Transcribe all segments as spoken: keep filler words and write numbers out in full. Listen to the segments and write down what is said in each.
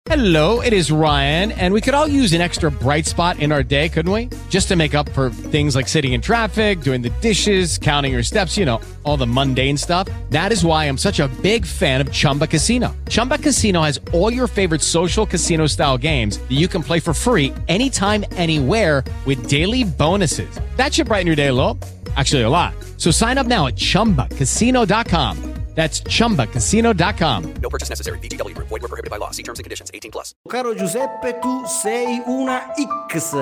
Hello, it is Ryan, and we could all use an extra bright spot in our day, couldn't we? Just to make up for things like sitting in traffic, doing the dishes, counting your steps, you know, all the mundane stuff. That is why I'm such a big fan of Chumba Casino. Chumba Casino has all your favorite social casino-style games that you can play for free anytime, anywhere with daily bonuses. That should brighten your day a little. Actually, a lot. So sign up now at chumba casino dot com. That's chumba casino dot com. No purchase necessary. V G W Group. Void where prohibited by law. See terms and conditions. eighteen plus. Caro Giuseppe, tu sei una X.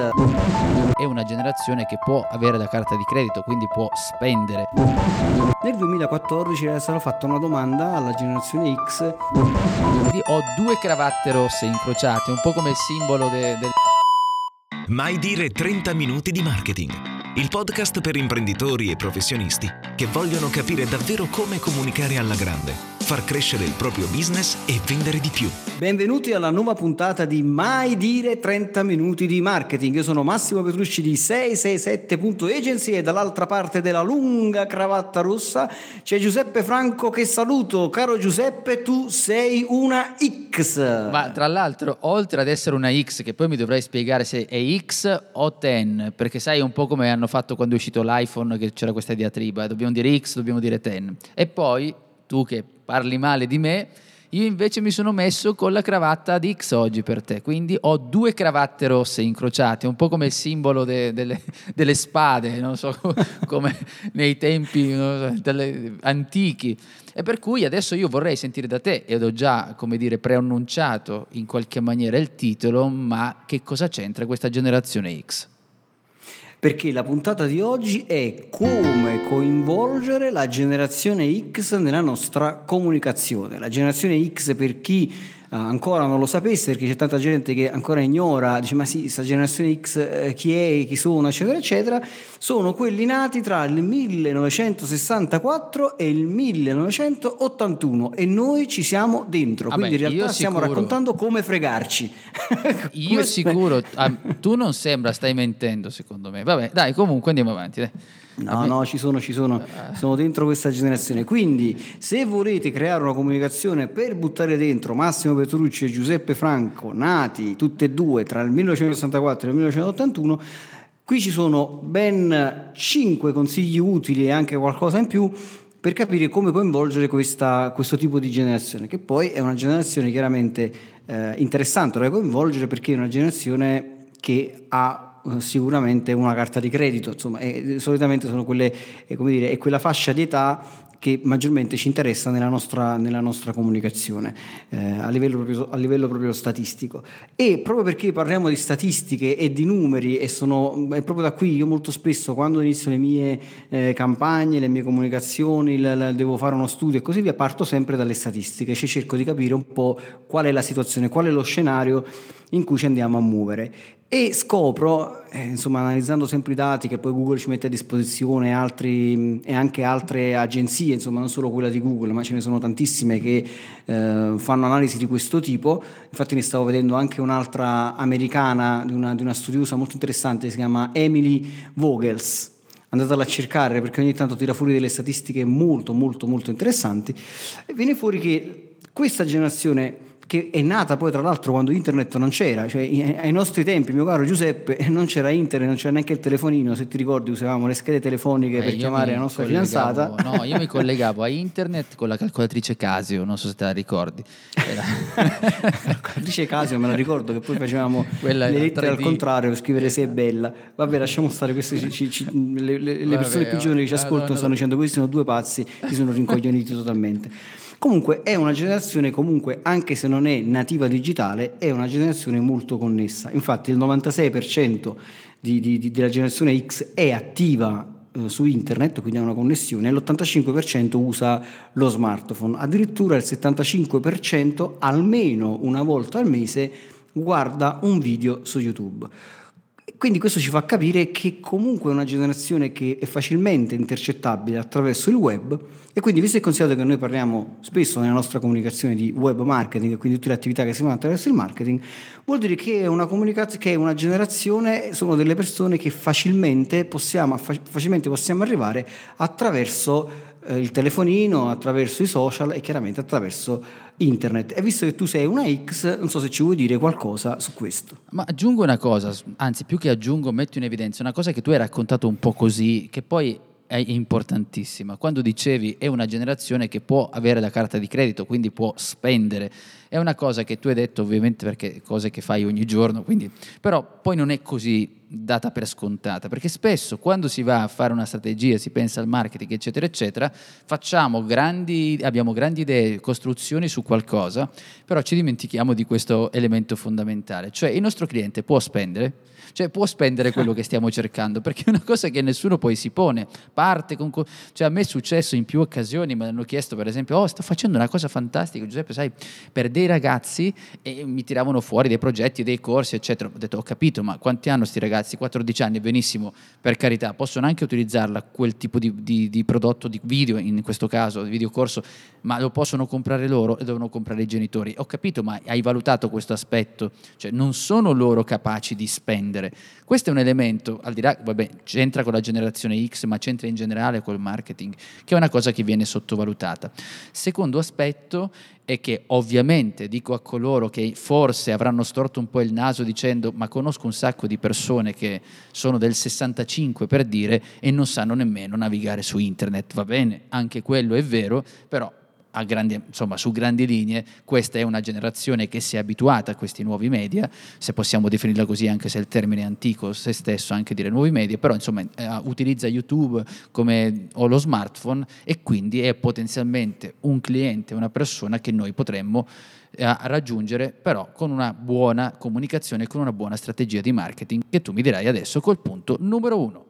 È una generazione che può avere la carta di credito, quindi può spendere. Nel duemilaquattordici era stata fatta una domanda alla generazione X. Quindi ho due cravatte rosse incrociate, un po' come il simbolo de- del... Mai dire trenta minuti di marketing. Il podcast per imprenditori e professionisti che vogliono capire davvero come comunicare alla grande, far crescere il proprio business e vendere di più. Benvenuti alla nuova puntata di Mai dire trenta minuti di marketing. Io sono Massimo Petrucci di sei sei sette punto agency e dall'altra parte della lunga cravatta rossa c'è Giuseppe Franco che saluto. Caro Giuseppe, tu sei una X. Ma tra l'altro, oltre ad essere una X, che poi mi dovrai spiegare se è X o ten, perché sai un po' come hanno fatto quando è uscito l'iPhone, che c'era questa diatriba, dobbiamo dire X, dobbiamo dire ten. E poi, tu che parli male di me, io invece mi sono messo con la cravatta di X oggi per te, quindi ho due cravatte rosse incrociate, un po' come il simbolo de, delle, delle spade, non so, come nei tempi no, delle, antichi. E per cui adesso io vorrei sentire da te, ed ho già, come dire, preannunciato in qualche maniera il titolo, ma che cosa c'entra questa generazione X? Perché la puntata di oggi è come coinvolgere la generazione X nella nostra comunicazione. La generazione X, per chi uh, ancora non lo sapesse, perché c'è tanta gente che ancora ignora, dice ma sì, questa generazione X eh, chi è, chi sono, eccetera, eccetera, sono quelli nati tra il millenovecentosessantaquattro e il millenovecentottantuno e noi ci siamo dentro, Vabbè, quindi in realtà stiamo sicuro, raccontando come fregarci. io come sicuro, ah, tu non sembra, stai mentendo secondo me. Vabbè, dai, comunque andiamo avanti. Dai. No, no, ci sono, ci sono, sono dentro questa generazione. Quindi, se volete creare una comunicazione per buttare dentro Massimo Petrucci e Giuseppe Franco, nati tutti e due tra il millenovecentosessantaquattro e il millenovecentottantuno, qui ci sono ben cinque consigli utili e anche qualcosa in più per capire come coinvolgere questa, questo tipo di generazione, che poi è una generazione chiaramente eh, interessante da coinvolgere perché è una generazione che ha sicuramente una carta di credito, insomma, e solitamente sono quelle, è, come dire, è quella fascia di età che maggiormente ci interessa nella nostra, nella nostra comunicazione eh, a, livello proprio, a livello proprio statistico. E proprio perché parliamo di statistiche e di numeri, e sono è proprio da qui io molto spesso quando inizio le mie eh, campagne, le mie comunicazioni, la, la, devo fare uno studio e così via, parto sempre dalle statistiche, cioè cerco di capire un po' qual è la situazione, qual è lo scenario in cui ci andiamo a muovere. E scopro, eh, insomma, analizzando sempre i dati che poi Google ci mette a disposizione, altri, e anche altre agenzie, insomma, non solo quella di Google, ma ce ne sono tantissime che eh, fanno analisi di questo tipo. Infatti ne stavo vedendo anche un'altra americana, di una, di una studiosa molto interessante, si chiama Emily Vogels. Andatela a cercare perché ogni tanto tira fuori delle statistiche molto, molto, molto interessanti. E viene fuori che questa generazione, che è nata poi tra l'altro quando internet non c'era, cioè ai nostri tempi, mio caro Giuseppe, non c'era internet, non c'era neanche il telefonino, se ti ricordi usavamo le schede telefoniche eh, per chiamare la nostra fidanzata. No, io mi collegavo a internet con la calcolatrice Casio, non so se te la ricordi. Era... la calcolatrice Casio me la ricordo, che poi facevamo Quella le lettere tre D. al contrario per scrivere se è bella. Vabbè, lasciamo stare queste, ci, ci, ci, le, le, le persone Vabbè, più giovani che ci ascoltano no, no, stanno dicendo questi sono due pazzi, si sono rincoglioniti totalmente. Comunque è una generazione, comunque anche se non è nativa digitale, è una generazione molto connessa. Infatti il novantasei per cento di, di, di, della generazione X è attiva eh, su internet, quindi ha una connessione, e l'ottantacinque per cento usa lo smartphone. Addirittura il settantacinque per cento almeno una volta al mese guarda un video su YouTube. Quindi questo ci fa capire che comunque è una generazione che è facilmente intercettabile attraverso il web, e quindi, visto e considerato che noi parliamo spesso nella nostra comunicazione di web marketing e quindi tutte le attività che si fanno attraverso il marketing, vuol dire che è una comunicazione, che è una generazione, sono delle persone che facilmente possiamo, facilmente possiamo arrivare attraverso eh, il telefonino, attraverso i social e chiaramente attraverso internet. E visto che tu sei una X, non so se ci vuoi dire qualcosa su questo. Ma aggiungo una cosa, anzi più che aggiungo metto in evidenza una cosa che tu hai raccontato un po' così, che poi è importantissima. Quando dicevi è una generazione che può avere la carta di credito, quindi può spendere, è una cosa che tu hai detto ovviamente perché cose che fai ogni giorno, quindi, però poi non è così data per scontata, perché spesso quando si va a fare una strategia, si pensa al marketing eccetera eccetera, facciamo grandi, abbiamo grandi idee, costruzioni su qualcosa, però ci dimentichiamo di questo elemento fondamentale, cioè il nostro cliente può spendere, cioè può spendere quello che stiamo cercando, perché è una cosa che nessuno poi si pone, parte con, cioè a me è successo in più occasioni, mi hanno chiesto per esempio, oh sto facendo una cosa fantastica Giuseppe, sai, per dei ragazzi, e mi tiravano fuori dei progetti, dei corsi eccetera, ho detto ho capito, ma quanti hanno sti ragazzi? quattordici anni, benissimo, per carità, possono anche utilizzarla quel tipo di, di, di prodotto, di video in questo caso, di videocorso, ma lo possono comprare loro e devono comprare i genitori, ho capito, ma hai valutato questo aspetto? Cioè non sono loro capaci di spendere. Questo è un elemento, al di là, vabbè, c'entra con la generazione X, ma c'entra in generale col marketing, che è una cosa che viene sottovalutata. Secondo aspetto è che ovviamente dico a coloro che forse avranno storto un po' il naso dicendo ma conosco un sacco di persone che sono del sessantacinque per dire e non sanno nemmeno navigare su internet, va bene, anche quello è vero, però a grandi, insomma, su grandi linee questa è una generazione che si è abituata a questi nuovi media, se possiamo definirla così anche se il termine è antico se stesso anche dire nuovi media, però insomma eh, utilizza YouTube come, o lo smartphone e quindi è potenzialmente un cliente, una persona che noi potremmo eh, raggiungere però con una buona comunicazione, con una buona strategia di marketing che tu mi dirai adesso col punto numero uno.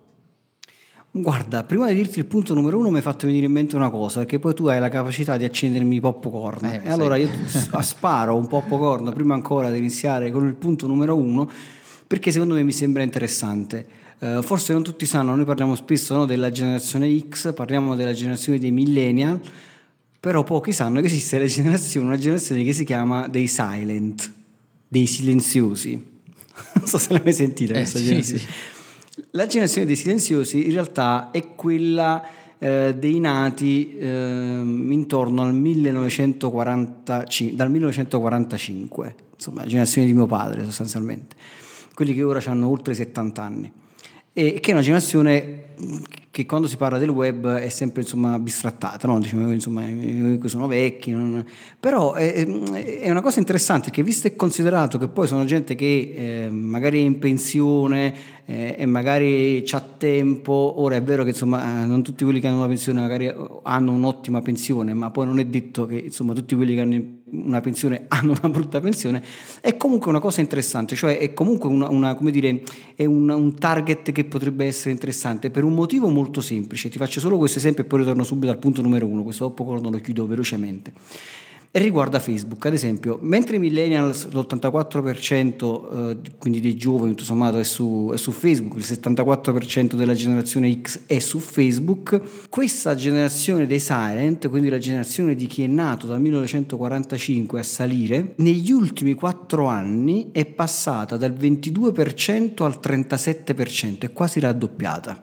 Guarda, prima di dirti il punto numero uno mi hai fatto venire in mente una cosa, che poi tu hai la capacità di accendermi i popcorn. Eh, e allora sai. io sparo un popcorn prima ancora di iniziare con il punto numero uno, perché secondo me mi sembra interessante. Eh, forse non tutti sanno, noi parliamo spesso, no, della generazione X, parliamo della generazione dei millennial, però pochi sanno che esiste la generazione, una generazione che si chiama dei silent, dei silenziosi. Non so se l'hai mai sentita Eh, questa sì, generazione. sì. La generazione dei silenziosi in realtà è quella eh, dei nati eh, intorno al millenovecentoquarantacinque, dal millenovecentoquarantacinque, insomma la generazione di mio padre sostanzialmente, quelli che ora hanno oltre settanta anni, e che è una generazione che quando si parla del web è sempre insomma bistrattata, no? Diciamo, insomma, sono vecchi, non... però è, è una cosa interessante che visto e considerato che poi sono gente che eh, magari è in pensione eh, e magari c'ha tempo, ora è vero che insomma non tutti quelli che hanno una pensione magari hanno un'ottima pensione, ma poi non è detto che insomma tutti quelli che hanno una pensione hanno una brutta pensione, è comunque una cosa interessante, cioè è comunque una, una come dire, è un, un target che potrebbe essere interessante per un motivo molto semplice. Ti faccio solo questo esempio e poi ritorno subito al punto numero uno, questo popcorn lo chiudo velocemente. E riguarda Facebook, ad esempio, mentre i millennials, l'ottantaquattro per cento eh, quindi dei giovani tutto sommato è su, è su Facebook, il settantaquattro per cento della generazione X è su Facebook, questa generazione dei silent, quindi la generazione di chi è nato dal millenovecentoquarantacinque a salire, negli ultimi quattro anni è passata dal ventidue per cento al trentasette per cento, è quasi raddoppiata,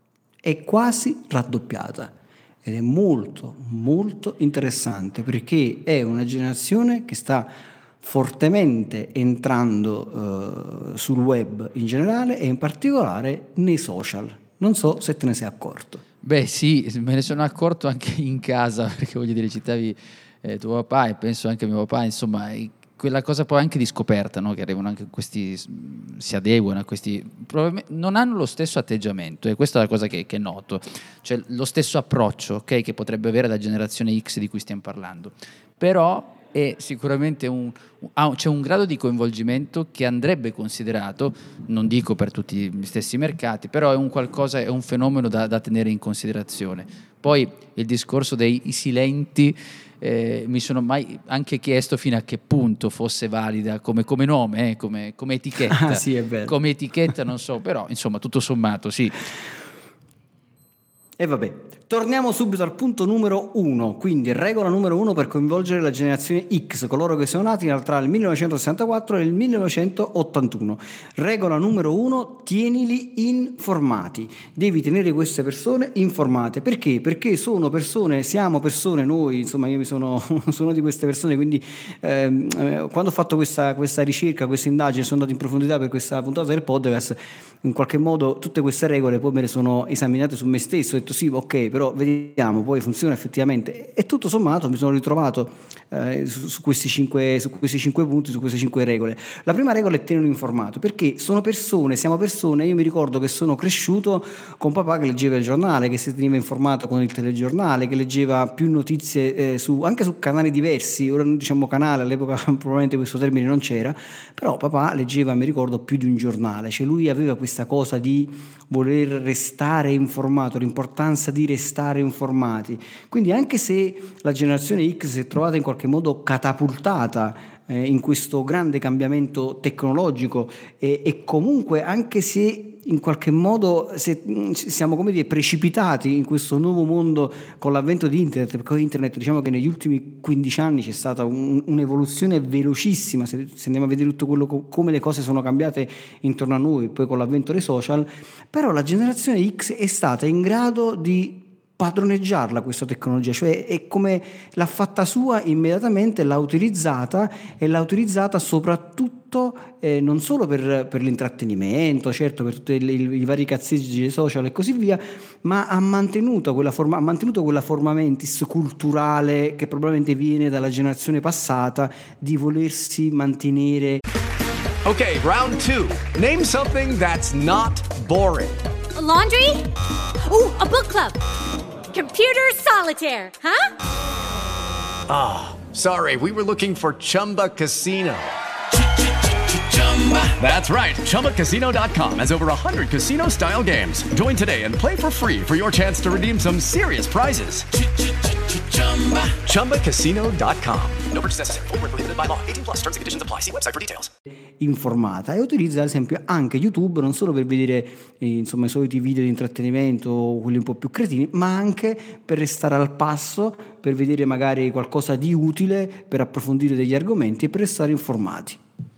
è quasi raddoppiata. Ed è molto molto interessante perché è una generazione che sta fortemente entrando eh, sul web in generale e in particolare nei social. Non so se te ne sei accorto. Beh sì, me ne sono accorto anche in casa, perché voglio dire, citavi eh, tuo papà e penso anche a mio papà, insomma, quella cosa poi anche di scoperta, no? Che arrivano anche questi, si adeguano a questi, probabilmente non hanno lo stesso atteggiamento, e questa è la cosa che, che noto, cioè lo stesso approccio, ok, che potrebbe avere la generazione X di cui stiamo parlando, però è sicuramente un, ah, c'è un grado di coinvolgimento che andrebbe considerato, non dico per tutti gli stessi mercati, però è un qualcosa, è un fenomeno da, da tenere in considerazione. Poi il discorso dei silenti, eh, mi sono mai anche chiesto fino a che punto fosse valida come, come nome, eh, come, come etichetta. Ah, sì, è vero. Come etichetta non so, però insomma tutto sommato sì. E vabbè, torniamo subito al punto numero uno, quindi regola numero uno per coinvolgere la generazione X, coloro che sono nati tra il millenovecentosessantaquattro e il millenovecentottantuno. Regola numero uno, tienili informati, devi tenere queste persone informate. Perché? Perché sono persone, siamo persone noi, insomma io mi sono, sono di queste persone, quindi ehm, eh, quando ho fatto questa, questa ricerca, questa indagine, sono andato in profondità per questa puntata del podcast, in qualche modo tutte queste regole poi me le sono esaminate su me stesso, ho detto sì, ok, però vediamo, poi funziona effettivamente, e tutto sommato mi sono ritrovato eh, su, su, questi cinque, su questi cinque punti, su queste cinque regole. La prima regola è tenere informato, perché sono persone, siamo persone, io mi ricordo che sono cresciuto con papà che leggeva il giornale, che si teneva informato con il telegiornale, che leggeva più notizie eh, su, anche su canali diversi, ora non diciamo canale, all'epoca probabilmente questo termine non c'era, però papà leggeva, mi ricordo, più di un giornale, cioè lui aveva questa questa cosa di voler restare informato, l'importanza di restare informati. Quindi anche se la generazione X si è trovata in qualche modo catapultata eh, in questo grande cambiamento tecnologico e, e comunque anche se in qualche modo se, siamo come dire precipitati in questo nuovo mondo con l'avvento di internet, perché internet diciamo che negli ultimi quindici anni c'è stata un, un'evoluzione velocissima, se, se andiamo a vedere tutto quello come le cose sono cambiate intorno a noi, poi con l'avvento dei social, però la generazione X è stata in grado di padroneggiarla questa tecnologia, cioè è come l'ha fatta sua immediatamente, l'ha utilizzata e l'ha utilizzata soprattutto eh, non solo per, per l'intrattenimento, certo per tutti i, i vari cazzeggi dei social e così via, ma ha mantenuto quella forma, ha mantenuto quella forma mentis culturale che probabilmente viene dalla generazione passata di volersi mantenere. Okay, round two. Name something that's not boring. A laundry? Ooh, a book club. Computer solitaire, huh? Ah, oh, sorry, we were looking for Chumba Casino. That's right, Chumba Casino dot com has over one hundred casino-style games. Join today and play for free for your chance to redeem some serious prizes. Chumba Casino dot com. No purchase necessary. Void where prohibited by law. eighteen plus terms and conditions apply. See website for details. Informata, e utilizza ad esempio anche YouTube non solo per vedere eh, insomma i soliti video di intrattenimento, quelli un po' più cretini, ma anche per restare al passo, per vedere magari qualcosa di utile, per approfondire degli argomenti e per restare informati.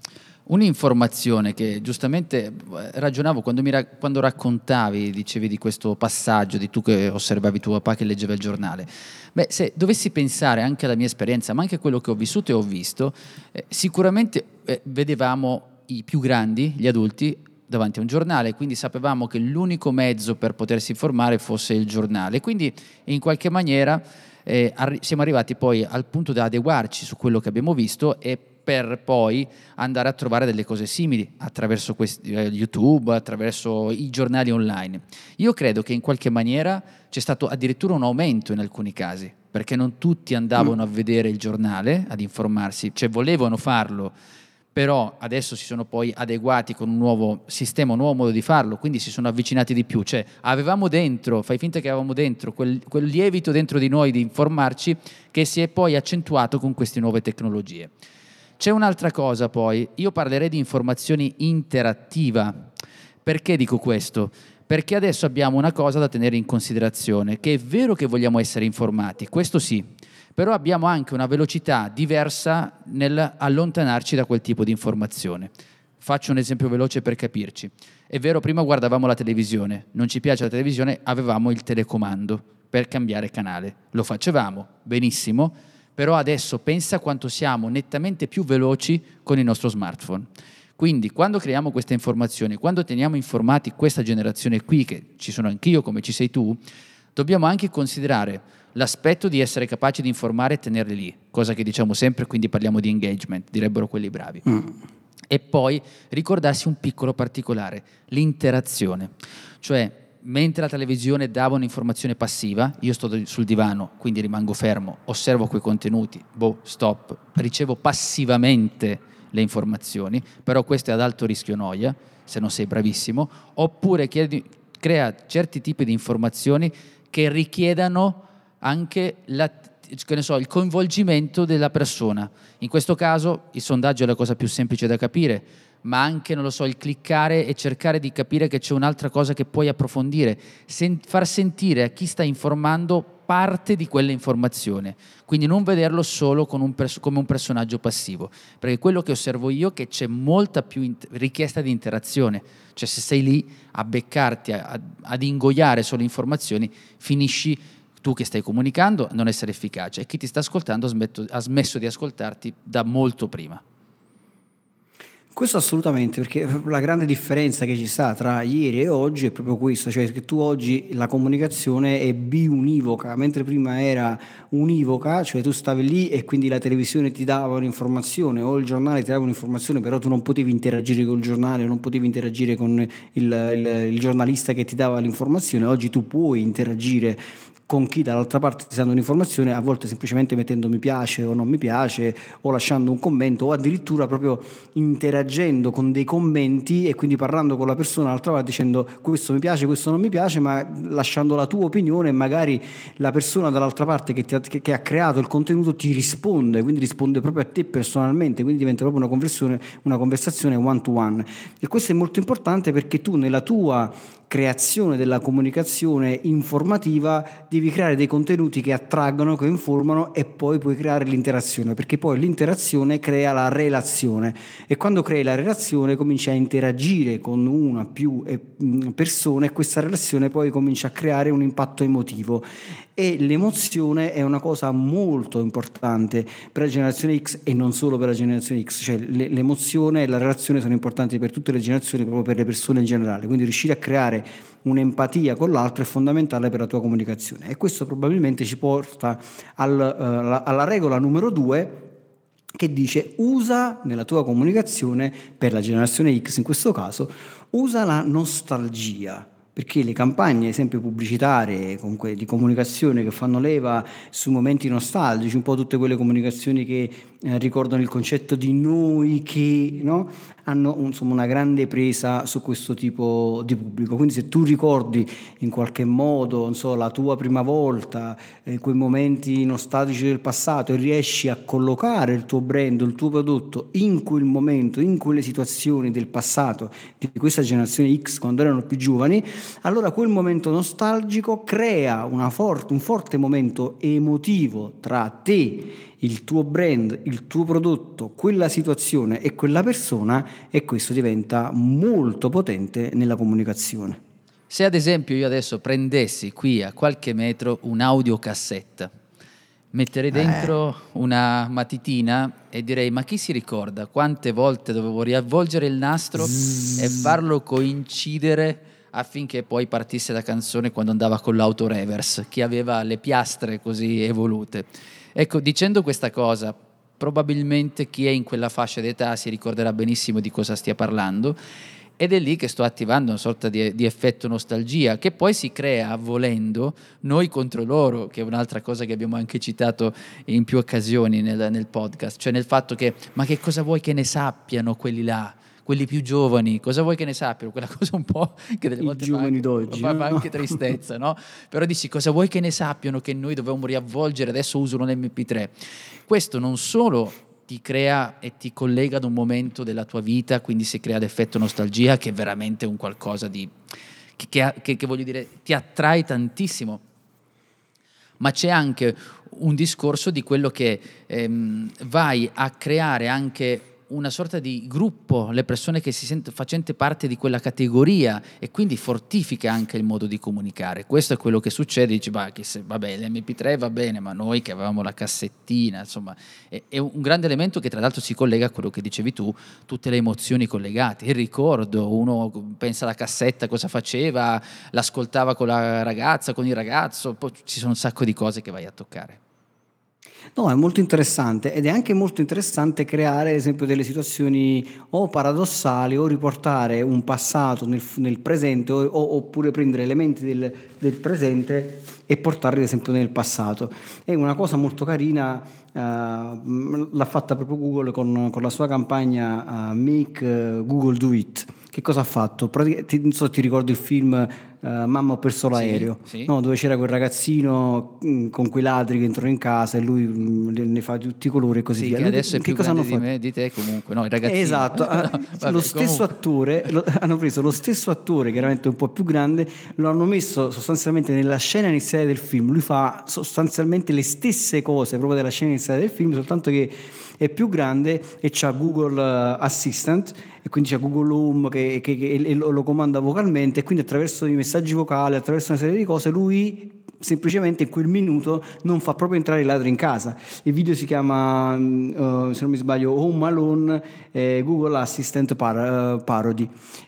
Un'informazione che giustamente ragionavo quando, mi ra- quando raccontavi, dicevi di questo passaggio, di tu che osservavi tuo papà che leggeva il giornale. Beh, se dovessi pensare anche alla mia esperienza, ma anche a quello che ho vissuto e ho visto, eh, sicuramente eh, vedevamo i più grandi, gli adulti, davanti a un giornale, quindi sapevamo che l'unico mezzo per potersi informare fosse il giornale, quindi in qualche maniera eh, arri- siamo arrivati poi al punto da adeguarci su quello che abbiamo visto e per poi andare a trovare delle cose simili attraverso questi, eh, YouTube, attraverso i giornali online. Io credo che in qualche maniera c'è stato addirittura un aumento in alcuni casi, perché non tutti andavano mm. a vedere il giornale, ad informarsi, cioè volevano farlo, però adesso si sono poi adeguati con un nuovo sistema, un nuovo modo di farlo, quindi si sono avvicinati di più, cioè avevamo dentro, fai finta che avevamo dentro quel, quel lievito dentro di noi di informarci che si è poi accentuato con queste nuove tecnologie. C'è un'altra cosa poi, io parlerei di informazioni interattiva. Perché dico questo? Perché adesso abbiamo una cosa da tenere in considerazione, che è vero che vogliamo essere informati, questo sì, però abbiamo anche una velocità diversa nel allontanarci da quel tipo di informazione. Faccio un esempio veloce per capirci. È vero, prima guardavamo la televisione, non ci piace la televisione, avevamo il telecomando per cambiare canale. Lo facevamo, benissimo, però adesso pensa quanto siamo nettamente più veloci con il nostro smartphone. Quindi quando creiamo queste informazioni, quando teniamo informati questa generazione qui, che ci sono anch'io come ci sei tu, dobbiamo anche considerare l'aspetto di essere capaci di informare e tenerli lì, cosa che diciamo sempre, quindi parliamo di engagement, direbbero quelli bravi. Mm. E poi ricordarsi un piccolo particolare, l'interazione, cioè mentre la televisione dava un'informazione passiva, io sto sul divano, quindi rimango fermo, osservo quei contenuti, boh, stop, ricevo passivamente le informazioni, però questo è ad alto rischio noia, se non sei bravissimo, oppure chiedi, crea certi tipi di informazioni che richiedano anche la, che ne so, il coinvolgimento della persona. In questo caso il sondaggio è la cosa più semplice da capire, ma anche, non lo so, il cliccare e cercare di capire che c'è un'altra cosa che puoi approfondire, Sen- far sentire a chi sta informando parte di quell'informazione, quindi non vederlo solo con un pers- come un personaggio passivo, perché quello che osservo io è che c'è molta più int- richiesta di interazione, cioè se sei lì a beccarti, a- a- ad ingoiare solo informazioni, finisci tu che stai comunicando a non essere efficace e chi ti sta ascoltando ha, smetto- ha smesso di ascoltarti da molto prima. Questo assolutamente, perché la grande differenza che ci sta tra ieri e oggi è proprio questo, cioè che tu oggi la comunicazione è biunivoca, mentre prima era univoca, cioè tu stavi lì e quindi la televisione ti dava un'informazione o il giornale ti dava un'informazione, però tu non potevi interagire col giornale, non potevi interagire con il, il, il giornalista che ti dava l'informazione. Oggi tu puoi interagire con chi dall'altra parte ti dà un'informazione, a volte semplicemente mettendo mi piace o non mi piace, o lasciando un commento, o addirittura proprio interagendo con dei commenti e quindi parlando con la persona dall'altra parte dicendo questo mi piace, questo non mi piace, ma lasciando la tua opinione, e magari la persona dall'altra parte che, ti ha, che, che ha creato il contenuto ti risponde, quindi risponde proprio a te personalmente, quindi diventa proprio una conversazione, una conversazione one to one. E questo è molto importante perché tu nella tua creazione della comunicazione informativa devi creare dei contenuti che attraggono, che informano, e poi puoi creare l'interazione, perché poi l'interazione crea la relazione, e quando crei la relazione cominci a interagire con una più persone e questa relazione poi comincia a creare un impatto emotivo, e l'emozione è una cosa molto importante per la generazione X e non solo per la generazione X, cioè l'emozione e la relazione sono importanti per tutte le generazioni, proprio per le persone in generale, quindi riuscire a creare un'empatia con l'altro è fondamentale per la tua comunicazione, e questo probabilmente ci porta al, uh, alla regola numero due, che dice: usa nella tua comunicazione, per la generazione X in questo caso, usa la nostalgia, perché le campagne sempre pubblicitarie, comunque di comunicazione, che fanno leva su momenti nostalgici, un po' tutte quelle comunicazioni che eh, ricordano il concetto di noi che, no? hanno insomma una grande presa su questo tipo di pubblico. Quindi se tu ricordi in qualche modo, non so, la tua prima volta, eh, quei momenti nostalgici del passato, e riesci a collocare il tuo brand, il tuo prodotto in quel momento, in quelle situazioni del passato di questa generazione X quando erano più giovani, allora quel momento nostalgico crea una forte, un forte momento emotivo tra te, il tuo brand, il tuo prodotto, quella situazione e quella persona, e questo diventa molto potente nella comunicazione. Se ad esempio io adesso prendessi qui a qualche metro un'audiocassetta, metterei dentro eh. una matitina e direi: ma chi si ricorda quante volte dovevo riavvolgere il nastro Zzz. e farlo coincidere affinché poi partisse la canzone quando andava con l'auto reverse, chi aveva le piastre così evolute. Ecco, dicendo questa cosa, probabilmente chi è in quella fascia d'età si ricorderà benissimo di cosa stia parlando, ed è lì che sto attivando una sorta di, di effetto nostalgia, che poi si crea, volendo, noi contro loro, che è un'altra cosa che abbiamo anche citato in più occasioni nel, nel podcast, cioè nel fatto che, ma che cosa vuoi che ne sappiano quelli là? Quelli più giovani, cosa vuoi che ne sappiano? Quella cosa un po' che delle I volte giovani fa anche, d'oggi, fa, no? fa anche tristezza, no? Però dici: cosa vuoi che ne sappiano che noi dovevamo riavvolgere, adesso usano l'emme pi tre? Questo non solo ti crea e ti collega ad un momento della tua vita, quindi si crea l'effetto nostalgia, che è veramente un qualcosa di che, che, che, che voglio dire, ti attrae tantissimo, ma c'è anche un discorso di quello che ehm, vai a creare anche una sorta di gruppo, le persone che si sentono facente parte di quella categoria, e quindi fortifica anche il modo di comunicare. Questo è quello che succede, dici: bah, che se, vabbè, l'emme pi tre va bene, ma noi che avevamo la cassettina, insomma, è, è un grande elemento che tra l'altro si collega a quello che dicevi tu, tutte le emozioni collegate, il ricordo, uno pensa alla cassetta, cosa faceva, l'ascoltava con la ragazza, con il ragazzo, poi ci sono un sacco di cose che vai a toccare. No, è molto interessante, ed è anche molto interessante creare, ad esempio, delle situazioni o paradossali, o riportare un passato nel, nel presente, o, oppure prendere elementi del, del presente e portarli, ad esempio, nel passato. È una cosa molto carina, uh, l'ha fatta proprio Google con, con la sua campagna uh, Make Google Do It. Che cosa ha fatto? Pratic- ti, non so, ti ricordi il film uh, Mamma ho perso l'aereo, Sì, sì. no? Dove c'era quel ragazzino mh, con quei ladri che entrano in casa e lui mh, ne fa di tutti i colori e così Sì, via. che Lui- adesso è che più cosa grande hanno di fatto? me, di te comunque, no, il ragazzino. Esatto, ah, No, vabbè, lo stesso comunque. attore, lo- hanno preso lo stesso attore, chiaramente un po' più grande, lo hanno messo sostanzialmente nella scena iniziale del film. Lui fa sostanzialmente le stesse cose proprio della scena iniziale del film, soltanto che è più grande e c'ha Google eh, Assistant, e quindi c'è Google Home che, che- che- e lo, lo comanda vocalmente, e quindi attraverso i messaggi vocali, attraverso una serie di cose, lui semplicemente in quel minuto non fa proprio entrare i ladri in casa. Il video si chiama, mm, eh, se non mi sbaglio, Home Alone, eh, Google Assistant par- eh, Parody.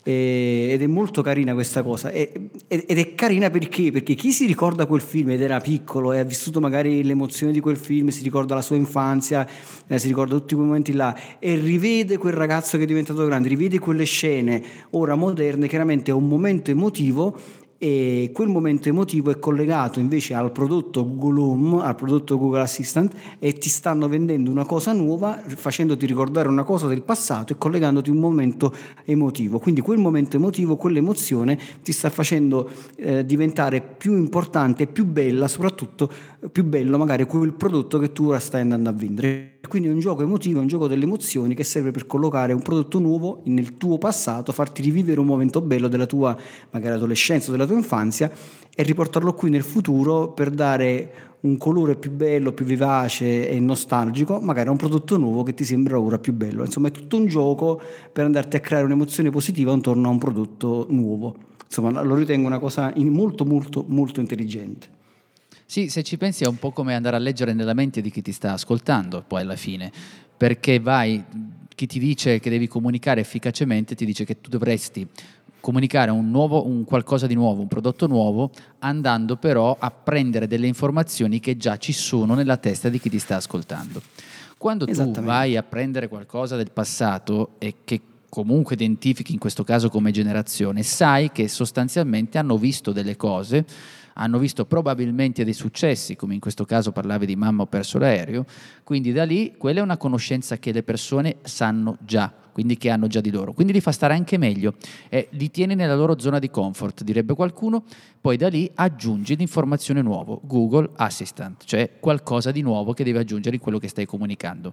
E- ed è molto carina questa cosa. E- ed ed è carina perché? Perché chi si ricorda quel film ed era piccolo e ha vissuto magari l'emozione di quel film, si ricorda la sua infanzia, eh, si ricorda tutti quei momenti là e rivede quel ragazzo che è diventato grande, rivede quelle scene ora moderne, chiaramente è un momento emotivo, e quel momento emotivo è collegato invece al prodotto Google Home, al prodotto Google Assistant, e ti stanno vendendo una cosa nuova, facendoti ricordare una cosa del passato e collegandoti un momento emotivo. Quindi quel momento emotivo, quell'emozione ti sta facendo eh, diventare più importante e più bella, soprattutto eh, più bello magari quel prodotto che tu ora stai andando a vendere. Quindi è un gioco emotivo, è un gioco delle emozioni che serve per collocare un prodotto nuovo nel tuo passato, farti rivivere un momento bello della tua magari adolescenza o della tua infanzia e riportarlo qui nel futuro per dare un colore più bello, più vivace e nostalgico, magari a un prodotto nuovo che ti sembra ora più bello. Insomma, è tutto un gioco per andarti a creare un'emozione positiva intorno a un prodotto nuovo. Insomma, lo ritengo una cosa in- molto, molto, molto intelligente. Sì, se ci pensi è un po' come andare a leggere nella mente di chi ti sta ascoltando, poi alla fine, perché vai, chi ti dice che devi comunicare efficacemente ti dice che tu dovresti comunicare un nuovo, un qualcosa di nuovo, un prodotto nuovo, andando però a prendere delle informazioni che già ci sono nella testa di chi ti sta ascoltando. Quando tu Esattamente. vai a prendere qualcosa del passato e che comunque identifichi in questo caso come generazione, sai che sostanzialmente hanno visto delle cose, hanno visto probabilmente dei successi, come in questo caso parlavi di Mamma ho perso l'aereo, quindi da lì quella è una conoscenza che le persone sanno già, quindi che hanno già di loro, quindi li fa stare anche meglio e li tieni nella loro zona di comfort, direbbe qualcuno. Poi da lì aggiungi l'informazione nuova, Google Assistant, cioè qualcosa di nuovo che devi aggiungere in quello che stai comunicando.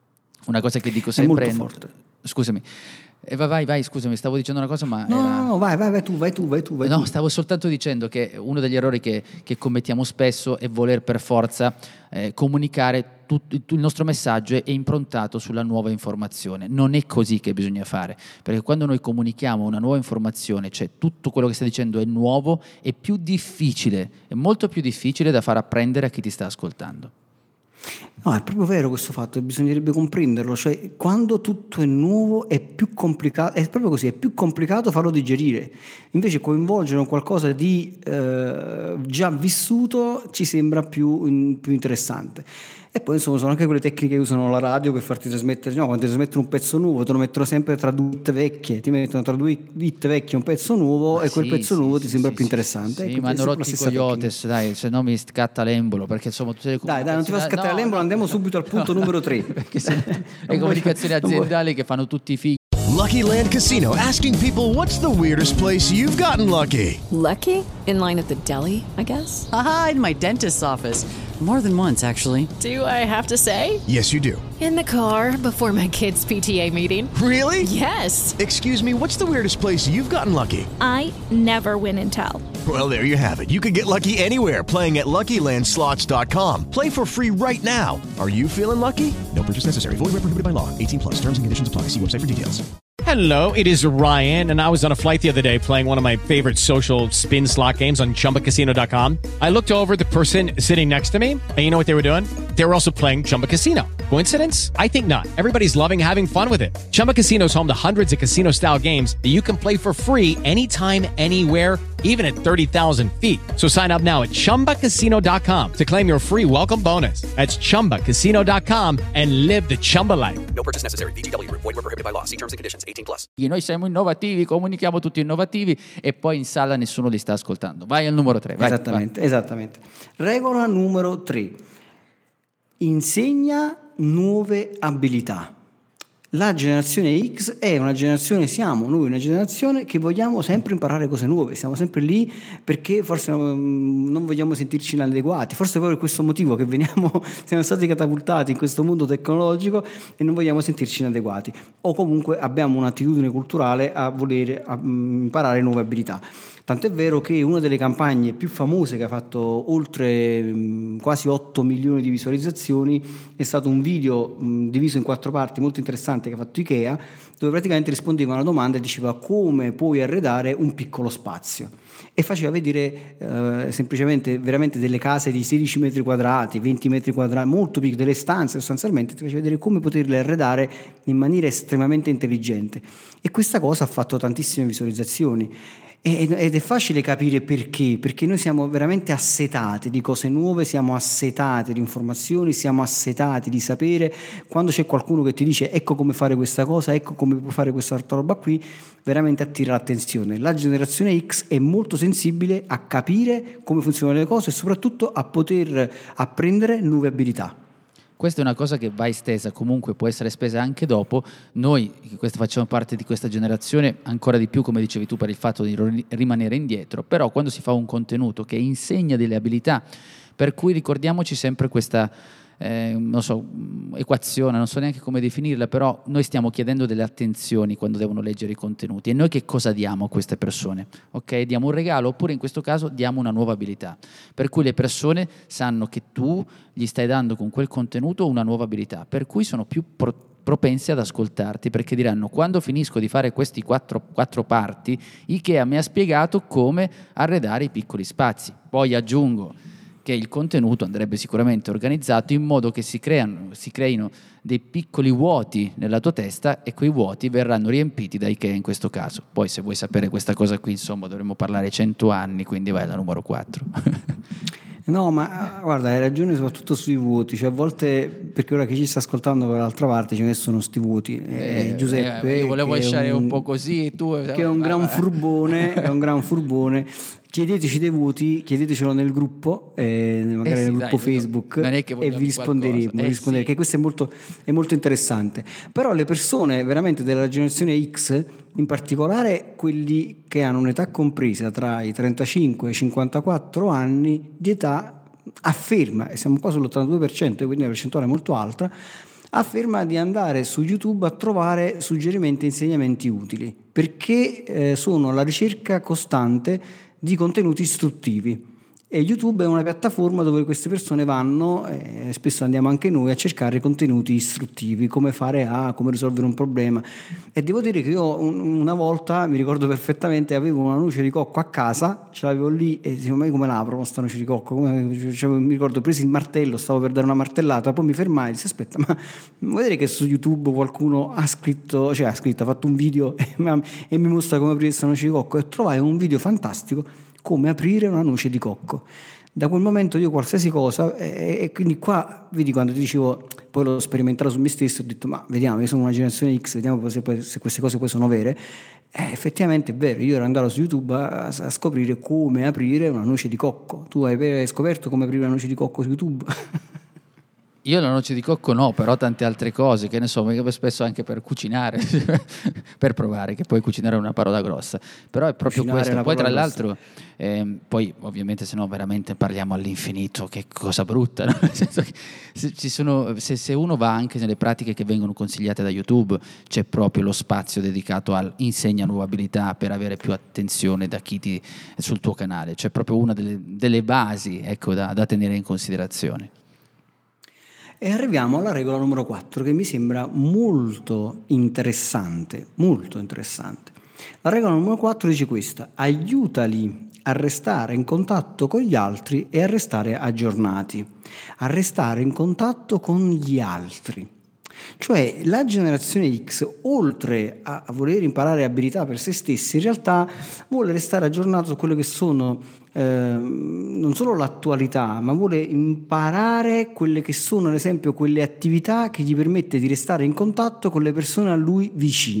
Una cosa che dico sempre molto forte. Scusami, eh, vai, vai, vai, scusami, stavo dicendo una cosa ma No, era... no, no, vai, vai, vai tu, vai tu, vai tu. Vai No, tu. stavo soltanto dicendo che uno degli errori che, che commettiamo spesso è voler per forza eh, comunicare tutto il nostro messaggio è improntato sulla nuova informazione. Non è così che bisogna fare, perché quando noi comunichiamo una nuova informazione, cioè tutto quello che stai dicendo è nuovo, è più difficile, è molto più difficile da far apprendere a chi ti sta ascoltando. No, è proprio vero questo fatto, e bisognerebbe comprenderlo, cioè quando tutto è nuovo è più complicato, è proprio così, è più complicato farlo digerire, invece coinvolgere un qualcosa di eh, già vissuto ci sembra più, in- più interessante. E poi insomma sono anche quelle tecniche che usano la radio per farti trasmettere, no, quando ti trasmettono un pezzo nuovo te lo mettono sempre tra due hit vecchie, ti mettono tra due hit vecchie un pezzo nuovo Ma e quel sì, pezzo sì, nuovo sì, ti sembra sì, più sì, interessante. Sì, Ecco, ma è hanno sempre rotto la i stessa coyotes, dai, se no mi scatta l'embolo, perché insomma tutte le Dai, dai, non ti fa comunicazioni- scattare no, l'embolo, no. andiamo subito al punto numero tre. Perché se- le voglio- comunicazioni non voglio- aziendali che fanno tutti i figli. Lucky Land Casino, asking people, what's the weirdest place you've gotten lucky? Lucky? In line at the deli, I guess? Aha, in my dentist's office. More than once, actually. Do I have to say? Yes, you do. In the car before my kids' P T A meeting. Really? Yes. Excuse me, what's the weirdest place you've gotten lucky? I never win and tell. Well, there you have it. You can get lucky anywhere, playing at Lucky Land Slots dot com. Play for free right now. Are you feeling lucky? No purchase necessary. Void where prohibited by law. eighteen plus. Terms and conditions apply. See website for details. Hello, it is Ryan, and I was on a flight the other day playing one of my favorite social spin slot games on Chumba Casino dot com. I looked over at the person sitting next to me, and you know what they were doing? They were also playing Chumba Casino. Coincidence? I think not. Everybody's loving having fun with it. Chumba Casino is home to hundreds of casino-style games that you can play for free anytime, anywhere, even at thirty thousand feet. So sign up now at Chumba Casino dot com to claim your free welcome bonus. That's Chumba Casino dot com and live the Chumba life. No purchase necessary. V G W. Void where prohibited by law. See terms and conditions. eighteen plus. Noi siamo innovativi, comunichiamo tutti innovativi e poi in sala nessuno li sta ascoltando. Vai al numero tre. Vai, Esattamente, esattamente. Regola numero tre. Insegna nuove abilità. La generazione X è una generazione, siamo noi una generazione che vogliamo sempre imparare cose nuove, siamo sempre lì perché forse non, non vogliamo sentirci inadeguati, forse proprio per questo motivo che veniamo, siamo stati catapultati in questo mondo tecnologico e non vogliamo sentirci inadeguati, o comunque abbiamo un'attitudine culturale a volere a, um, imparare nuove abilità. Tant'è vero che una delle campagne più famose, che ha fatto oltre mh, quasi otto milioni di visualizzazioni, è stato un video mh, diviso in quattro parti molto interessante che ha fatto Ikea, dove praticamente rispondeva a una domanda e diceva come puoi arredare un piccolo spazio. E faceva vedere eh, semplicemente veramente delle case di sedici metri quadrati, venti metri quadrati, molto piccole, delle stanze sostanzialmente, ti faceva vedere come poterle arredare in maniera estremamente intelligente. E questa cosa ha fatto tantissime visualizzazioni. Ed è facile capire perché, perché noi siamo veramente assetati di cose nuove, siamo assetati di informazioni, siamo assetati di sapere. Quando c'è qualcuno che ti dice ecco come fare questa cosa, ecco come puoi fare questa altra roba qui, veramente attira l'attenzione. La generazione X è molto sensibile a capire come funzionano le cose e soprattutto a poter apprendere nuove abilità. Questa è una cosa che va estesa, comunque può essere spesa anche dopo. Noi, che facciamo parte di questa generazione, ancora di più, come dicevi tu, per il fatto di rimanere indietro, però quando si fa un contenuto che insegna delle abilità, per cui ricordiamoci sempre questa eh, non so, equazione, non so neanche come definirla, però noi stiamo chiedendo delle attenzioni quando devono leggere i contenuti, e noi che cosa diamo a queste persone? Ok, diamo un regalo, oppure in questo caso diamo una nuova abilità, per cui le persone sanno che tu gli stai dando con quel contenuto una nuova abilità, per cui sono più pro- propensi ad ascoltarti, perché diranno: quando finisco di fare questi quattro, quattro parti, Ikea mi ha spiegato come arredare i piccoli spazi. Poi aggiungo che il contenuto andrebbe sicuramente organizzato in modo che si creano, si creino dei piccoli vuoti nella tua testa, e quei vuoti verranno riempiti da Ikea in questo caso. Poi se vuoi sapere questa cosa qui, insomma, dovremmo parlare cento anni, quindi vai alla numero quattro. No, ma guarda, hai ragione soprattutto sui vuoti, cioè a volte, perché ora chi ci sta ascoltando dall'altra parte ce ne sono sti vuoti. Eh, Eh, Giuseppe, eh, io volevo che è lasciare un, un po' così, tu che è un gran furbone, è un gran furbone. Chiedeteci dei voti, chiedetecelo nel gruppo, eh, magari Eh sì, nel gruppo dai, Facebook, non è che e vogliamo vi risponderemo, qualcosa. Eh risponderemo, sì. che questo è molto, è molto interessante. Però le persone veramente della generazione X, in particolare quelli che hanno un'età compresa tra i trentacinque e i cinquantaquattro anni di età, afferma, e siamo qua sull'ottantadue per cento, quindi una percentuale molto alta, afferma di andare su YouTube a trovare suggerimenti e insegnamenti utili, perché eh, sono alla ricerca costante di contenuti istruttivi, e YouTube è una piattaforma dove queste persone vanno, e spesso andiamo anche noi, a cercare contenuti istruttivi, come fare A, come risolvere un problema. E devo dire che io un, una volta, mi ricordo perfettamente, avevo una noce di cocco a casa, ce l'avevo lì e dicevo: ma come l'apro questa noce di cocco? Come, cioè, mi ricordo, presi il martello, stavo per dare una martellata, poi mi fermai e dissi: aspetta, ma vuoi vedere che su YouTube qualcuno ha scritto, cioè ha scritto, ha fatto un video e, e mi mostra come aprire questa noce di cocco? E trovai un video fantastico, come aprire una noce di cocco. Da quel momento io qualsiasi cosa, e, e quindi qua vedi, quando ti dicevo, poi l'ho sperimentato su me stesso, ho detto: ma vediamo, io sono una generazione X, vediamo se, se queste cose poi sono vere. Eh, effettivamente è vero, io ero andato su YouTube a, a scoprire come aprire una noce di cocco. Tu hai, hai scoperto come aprire una noce di cocco su YouTube? Io la noce di cocco no, però tante altre cose, che ne so, spesso anche per cucinare, per provare, che poi cucinare è una parola grossa, però è proprio Cucinare questo. è una Poi tra parola l'altro, ehm, poi ovviamente se no veramente parliamo all'infinito, che cosa brutta, no? Nel senso che se, ci sono, se, se uno va anche nelle pratiche che vengono consigliate da YouTube, c'è proprio lo spazio dedicato al insegna nuove abilità per avere più attenzione da chi ti, sul tuo canale, c'è proprio una delle, delle basi, ecco, da, da tenere in considerazione. E arriviamo alla regola numero quattro, che mi sembra molto interessante, molto interessante. La regola numero quattro dice questa: aiutali a restare in contatto con gli altri e a restare aggiornati. A restare in contatto con gli altri. Cioè la generazione X, oltre a voler imparare abilità per se stessi, in realtà vuole restare aggiornato su quello che sono eh, non solo l'attualità, ma vuole imparare quelle che sono, ad esempio, quelle attività che gli permette di restare in contatto con le persone a lui vicine.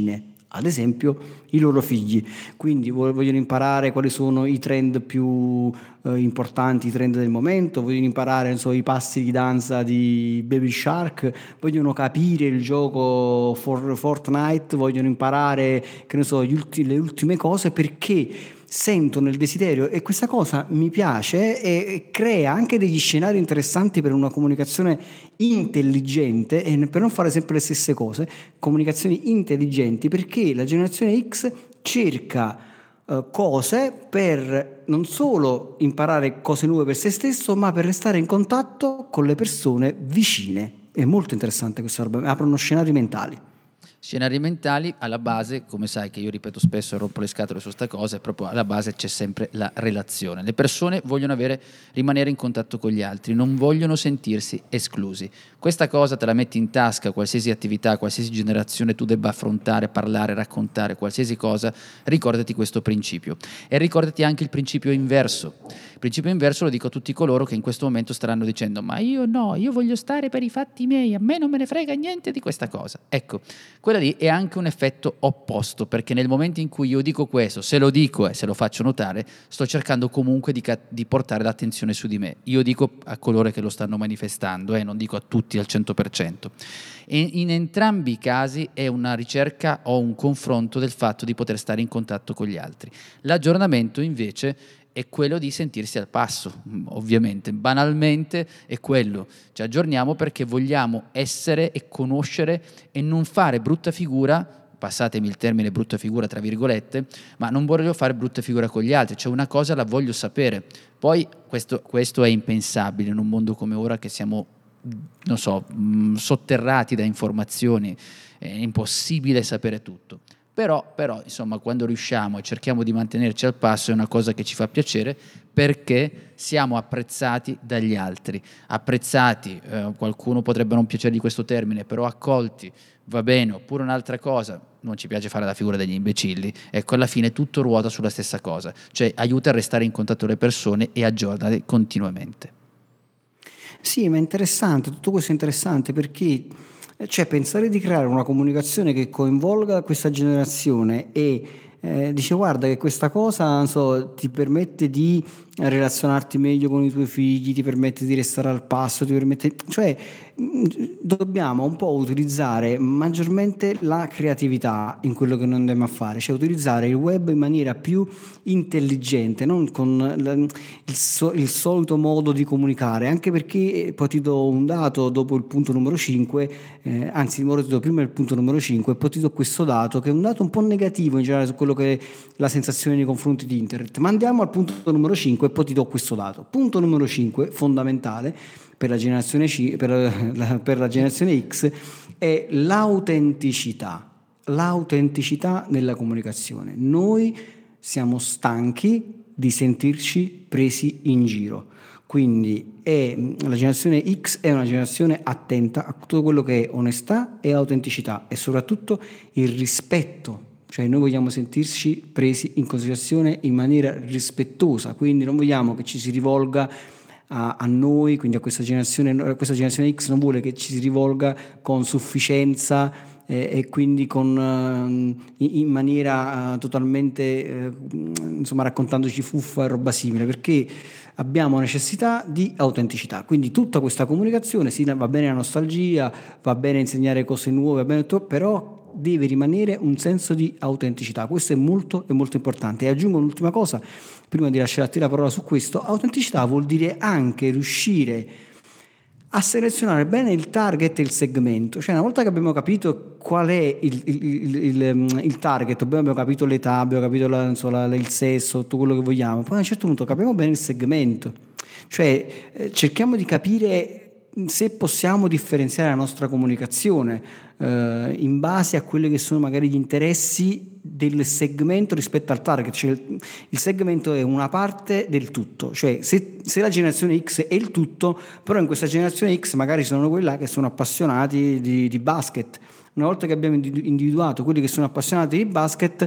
ad esempio i loro figli, quindi vogliono imparare quali sono i trend più eh, importanti, i trend del momento, vogliono imparare, non so, i passi di danza di Baby Shark, vogliono capire il gioco for Fortnite, vogliono imparare, che ne so, gli ulti le ultime cose, perché sentono il desiderio, e questa cosa mi piace e crea anche degli scenari interessanti per una comunicazione intelligente, e per non fare sempre le stesse cose, comunicazioni intelligenti, perché la generazione X cerca uh, cose per non solo imparare cose nuove per se stesso, ma per restare in contatto con le persone vicine. È molto interessante questa roba, aprono scenari mentali. Scenari mentali, alla base, come sai che io ripeto spesso e rompo le scatole su sta cosa, è proprio alla base c'è sempre la relazione. Le persone vogliono avere, rimanere in contatto con gli altri, non vogliono sentirsi esclusi. Questa cosa te la metti in tasca, qualsiasi attività, qualsiasi generazione tu debba affrontare, parlare, raccontare, qualsiasi cosa, ricordati questo principio. E ricordati anche il principio inverso. Il principio inverso lo dico a tutti coloro che in questo momento staranno dicendo: ma io no, io voglio stare per i fatti miei, a me non me ne frega niente di questa cosa. Ecco, quella lì è anche un effetto opposto, perché nel momento in cui io dico questo, se lo dico e se lo faccio notare, sto cercando comunque di, di portare l'attenzione su di me. Io dico a coloro che lo stanno manifestando, eh, non dico a tutti al cento per cento. E in entrambi i casi è una ricerca o un confronto del fatto di poter stare in contatto con gli altri. L'aggiornamento invece è quello di sentirsi al passo, ovviamente, banalmente è quello, ci aggiorniamo perché vogliamo essere e conoscere e non fare brutta figura, passatemi il termine brutta figura tra virgolette, ma non voglio fare brutta figura con gli altri, cioè una cosa la voglio sapere. Poi questo, questo è impensabile in un mondo come ora che siamo, non so, sotterrati da informazioni, è impossibile sapere tutto. Però, però, insomma, quando riusciamo e cerchiamo di mantenerci al passo è una cosa che ci fa piacere, perché siamo apprezzati dagli altri. Apprezzati, eh, qualcuno potrebbe non piacere di questo termine, però accolti, va bene. Oppure un'altra cosa, non ci piace fare la figura degli imbecilli. Ecco, alla fine tutto ruota sulla stessa cosa, cioè aiuta a restare in contatto con le persone e aggiornare continuamente. Sì, ma è interessante, tutto questo è interessante perché... Cioè, pensare di creare una comunicazione che coinvolga questa generazione e eh, dice guarda che questa cosa, non so, ti permette di relazionarti meglio con i tuoi figli, ti permette di restare al passo, ti permette, cioè dobbiamo un po' utilizzare maggiormente la creatività in quello che noi andiamo a fare, cioè utilizzare il web in maniera più intelligente, non con il, so, il solito modo di comunicare, anche perché poi ti do un dato dopo il punto numero cinque, eh, anzi ti do prima il punto numero cinque e poi ti do questo dato che è un dato un po' negativo in generale su quello che è la sensazione nei confronti di internet, ma andiamo al punto numero cinque e poi ti do questo dato. Punto numero cinque, fondamentale per la generazione C, per la, per la generazione X, è l'autenticità, l'autenticità nella comunicazione. Noi siamo stanchi di sentirci presi in giro, quindi è, la generazione X è una generazione attenta a tutto quello che è onestà e autenticità e soprattutto il rispetto. Cioè noi vogliamo sentirci presi in considerazione in maniera rispettosa, quindi non vogliamo che ci si rivolga a, a noi, quindi a questa generazione, questa generazione X non vuole che ci si rivolga con sufficienza eh, e quindi con, uh, in, in maniera uh, totalmente, uh, insomma, raccontandoci fuffa e roba simile, perché abbiamo necessità di autenticità, quindi tutta questa comunicazione, sì, va bene la nostalgia, va bene insegnare cose nuove, va bene tutto, però deve rimanere un senso di autenticità. Questo è molto è molto importante. E aggiungo un'ultima cosa prima di lasciare a te la parola su questo. Autenticità vuol dire anche riuscire a selezionare bene il target e il segmento. Cioè, una volta che abbiamo capito qual è il, il, il, il, il target, abbiamo capito l'età, abbiamo capito la, insomma, il sesso, tutto quello che vogliamo, poi a un certo punto capiamo bene il segmento. Cioè eh, cerchiamo di capire se possiamo differenziare la nostra comunicazione eh, in base a quelli che sono magari gli interessi del segmento rispetto al target. Cioè, il segmento è una parte del tutto, cioè se, se la generazione X è il tutto, però in questa generazione X magari sono quelli là che sono appassionati di, di basket. Una volta che abbiamo individuato quelli che sono appassionati di basket,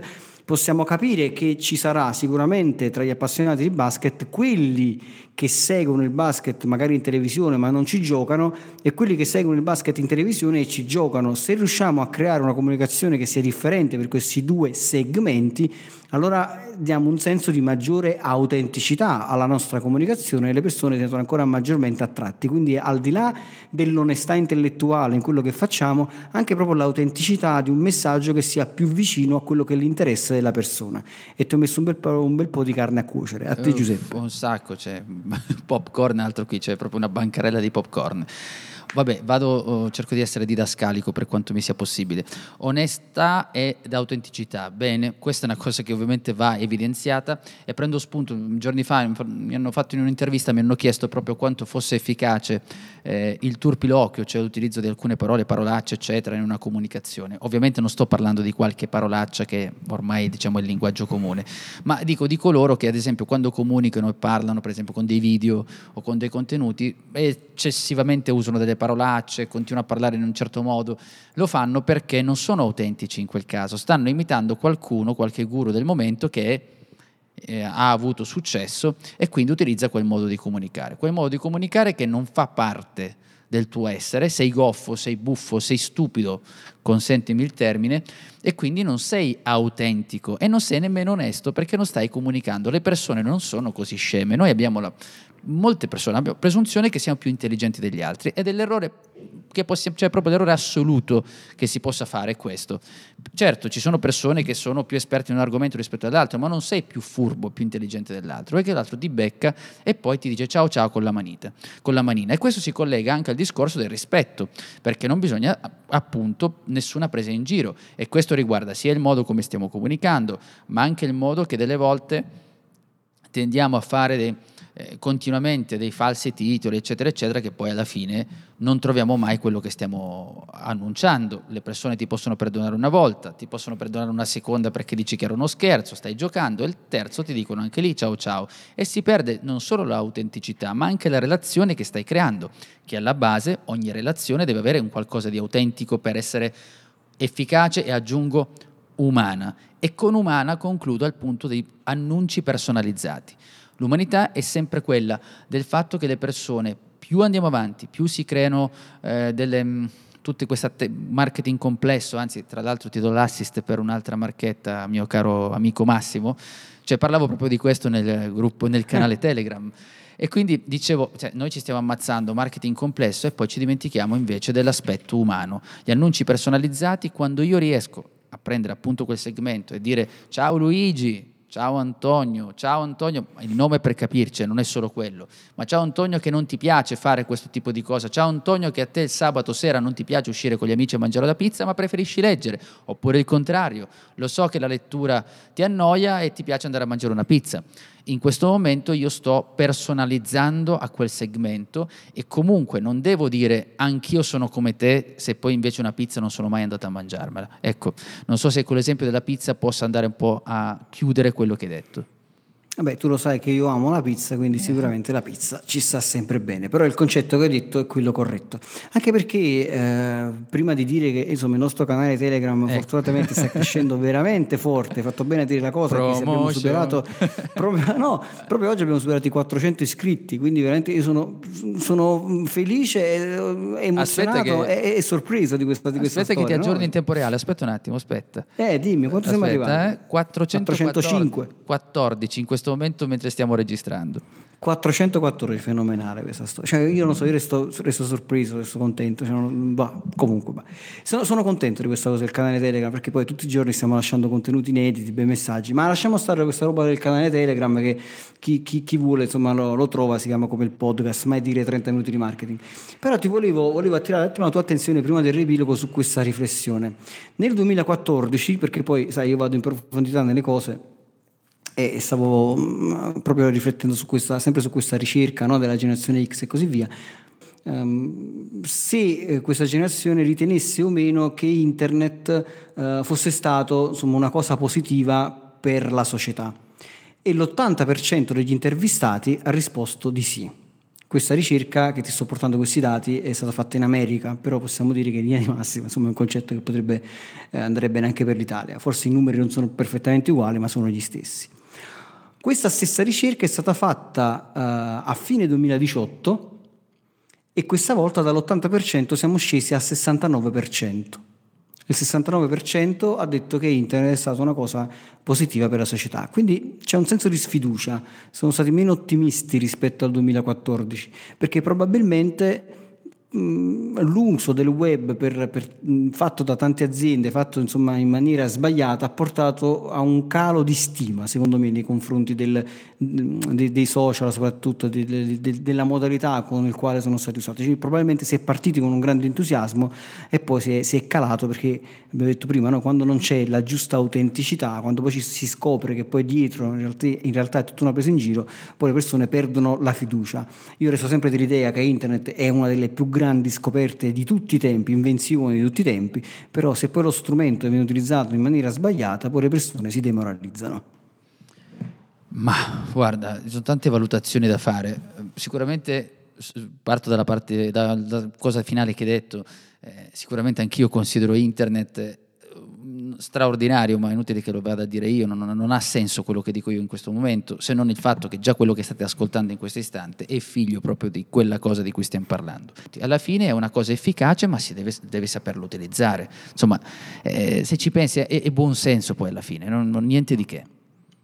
possiamo capire che ci sarà sicuramente tra gli appassionati di basket quelli che seguono il basket magari in televisione ma non ci giocano, e quelli che seguono il basket in televisione e ci giocano. Se riusciamo a creare una comunicazione che sia differente per questi due segmenti, allora diamo un senso di maggiore autenticità alla nostra comunicazione e le persone si sentono ancora maggiormente attratti. Quindi, al di là dell'onestà intellettuale in quello che facciamo, anche proprio l'autenticità di un messaggio che sia più vicino a quello che è l'interesse della persona. E ti ho messo un bel po', un bel po' di carne a cuocere. A te, uh, Giuseppe. Un sacco, c'è popcorn, altro qui, c'è proprio una bancarella di popcorn. Vabbè, vado, oh, cerco di essere didascalico per quanto mi sia possibile. Onestà ed autenticità. Bene, questa è una cosa che ovviamente va evidenziata, e prendo spunto. Giorni fa mi hanno fatto in un'intervista, mi hanno chiesto proprio quanto fosse efficace eh, il turpiloquio, cioè l'utilizzo di alcune parole, parolacce, eccetera, in una comunicazione. Ovviamente non sto parlando di qualche parolaccia che ormai, diciamo, è il linguaggio comune, ma dico di coloro che, ad esempio, quando comunicano e parlano, per esempio, con dei video o con dei contenuti, eccessivamente usano delle parolacce, continuano a parlare in un certo modo. Lo fanno perché non sono autentici in quel caso, stanno imitando qualcuno, qualche guru del momento che eh, ha avuto successo e quindi utilizza quel modo di comunicare, quel modo di comunicare che non fa parte del tuo essere. Sei goffo, sei buffo, sei stupido, consentimi il termine, e quindi non sei autentico e non sei nemmeno onesto, perché non stai comunicando. Le persone non sono così sceme. Noi abbiamo la molte persone abbiamo presunzione che siamo più intelligenti degli altri, ed è l'errore che possiamo, cioè proprio l'errore assoluto che si possa fare è questo. Certo, ci sono persone che sono più esperte in un argomento rispetto all'altro, ma non sei più furbo, più intelligente dell'altro, perché l'altro ti becca e poi ti dice ciao ciao con la manita, con la manina. E questo si collega anche al discorso del rispetto, perché non bisogna appunto nessuna presa in giro, e questo riguarda sia il modo come stiamo comunicando, ma anche il modo che delle volte tendiamo a fare dei Eh, continuamente dei falsi titoli, eccetera eccetera, che poi alla fine non troviamo mai quello che stiamo annunciando. Le persone ti possono perdonare una volta, ti possono perdonare una seconda perché dici che era uno scherzo, stai giocando, e il terzo ti dicono anche lì ciao ciao, e si perde non solo l'autenticità ma anche la relazione che stai creando, che alla base ogni relazione deve avere un qualcosa di autentico per essere efficace, e aggiungo umana. E con umana concludo al punto dei annunci personalizzati. L'umanità è sempre quella del fatto che le persone, più andiamo avanti, più si creano eh, delle, mh, tutte queste te- marketing complesso, anzi tra l'altro ti do l'assist per un'altra marchetta, mio caro amico Massimo, cioè parlavo proprio di questo nel gruppo, nel canale Telegram, e quindi dicevo, cioè, noi ci stiamo ammazzando marketing complesso e poi ci dimentichiamo invece dell'aspetto umano. Gli annunci personalizzati, quando io riesco a prendere appunto quel segmento e dire ciao Luigi, ciao Antonio, ciao Antonio, il nome per capirci, non è solo quello, ma ciao Antonio che non ti piace fare questo tipo di cosa, ciao Antonio che a te il sabato sera non ti piace uscire con gli amici a mangiare la pizza ma preferisci leggere, oppure il contrario, lo so che la lettura ti annoia e ti piace andare a mangiare una pizza. In questo momento io sto personalizzando a quel segmento, e comunque non devo dire anch'io sono come te se poi invece una pizza non sono mai andato a mangiarmela. Ecco, non so se con l'esempio della pizza possa andare un po' a chiudere quello che hai detto. Vabbè, tu lo sai che io amo la pizza, quindi sicuramente la pizza ci sta sempre bene, però il concetto che hai detto è quello corretto, anche perché eh, prima di dire che insomma il nostro canale Telegram eh. fortunatamente sta crescendo veramente forte, hai fatto bene a dire la cosa, che se abbiamo superato proprio, no, proprio oggi abbiamo superato i quattrocento iscritti, quindi veramente io sono, sono felice, emozionato che... e, e sorpreso di questa, di questa aspetta storia. Aspetta che ti aggiorni no? in tempo reale, aspetta un attimo, aspetta. Eh, dimmi, quanto siamo arrivati? Eh? quattrocentocinque quattordici in questo momento mentre stiamo registrando. quattrocentoquattordici, fenomenale questa storia. Cioè, io non so, io resto, resto sorpreso, resto contento. Cioè, non, bah, comunque, bah. Sono, sono contento di questa cosa del canale Telegram, perché poi tutti i giorni stiamo lasciando contenuti inediti, bei messaggi. Ma lasciamo stare questa roba del canale Telegram, che chi, chi, chi vuole insomma lo, lo trova, si chiama come il podcast, mai dire trenta minuti di marketing. Però ti volevo, volevo attirare la tua attenzione prima del riepilogo su questa riflessione. Nel duemilaquattordici, perché poi sai, io vado in profondità nelle cose, e stavo mh, proprio riflettendo su questa, sempre su questa ricerca, no, della generazione X e così via, um, se eh, questa generazione ritenesse o meno che internet eh, fosse stato insomma una cosa positiva per la società, e l'ottanta per cento degli intervistati ha risposto di sì. Questa ricerca che ti sto portando questi dati è stata fatta in America, però possiamo dire che in linea di massima, insomma, è un concetto che potrebbe eh, andare bene anche per l'Italia. Forse i numeri non sono perfettamente uguali, ma sono gli stessi. Questa stessa ricerca è stata fatta uh, a fine duemiladiciotto e questa volta dall'ottanta per cento siamo scesi al sessantanove per cento. Il sessantanove per cento ha detto che internet è stata una cosa positiva per la società, quindi c'è un senso di sfiducia, sono stati meno ottimisti rispetto al duemilaquattordici, perché probabilmente mh, l'uso del web per, per, mh, fatto da tante aziende, fatto insomma in maniera sbagliata, ha portato a un calo di stima, secondo me, nei confronti del, dei, dei social, soprattutto de, de, de, della modalità con il quale sono stati usati. Cioè, probabilmente si è partiti con un grande entusiasmo e poi si è, si è calato, perché abbiamo detto prima, no? Quando non c'è la giusta autenticità, quando poi ci si scopre che poi dietro in realtà, in realtà è tutta una presa in giro, poi le persone perdono la fiducia. Io resto sempre dell'idea che internet è una delle più grandi scoperte di tutti i tempi, invenzioni di tutti i tempi, però se poi lo strumento viene utilizzato in maniera sbagliata, poi le persone si demoralizzano. Ma guarda, ci sono tante valutazioni da fare. Sicuramente parto dalla parte, dalla cosa finale che hai detto. Eh, sicuramente anch'io considero internet eh, straordinario, ma è inutile che lo vada a dire io, non, non ha senso quello che dico io in questo momento, se non il fatto che già quello che state ascoltando in questo istante è figlio proprio di quella cosa di cui stiamo parlando. Alla fine è una cosa efficace, ma si deve, deve saperlo utilizzare. Insomma, eh, se ci pensi è, è buon senso poi alla fine, non, non, niente di che.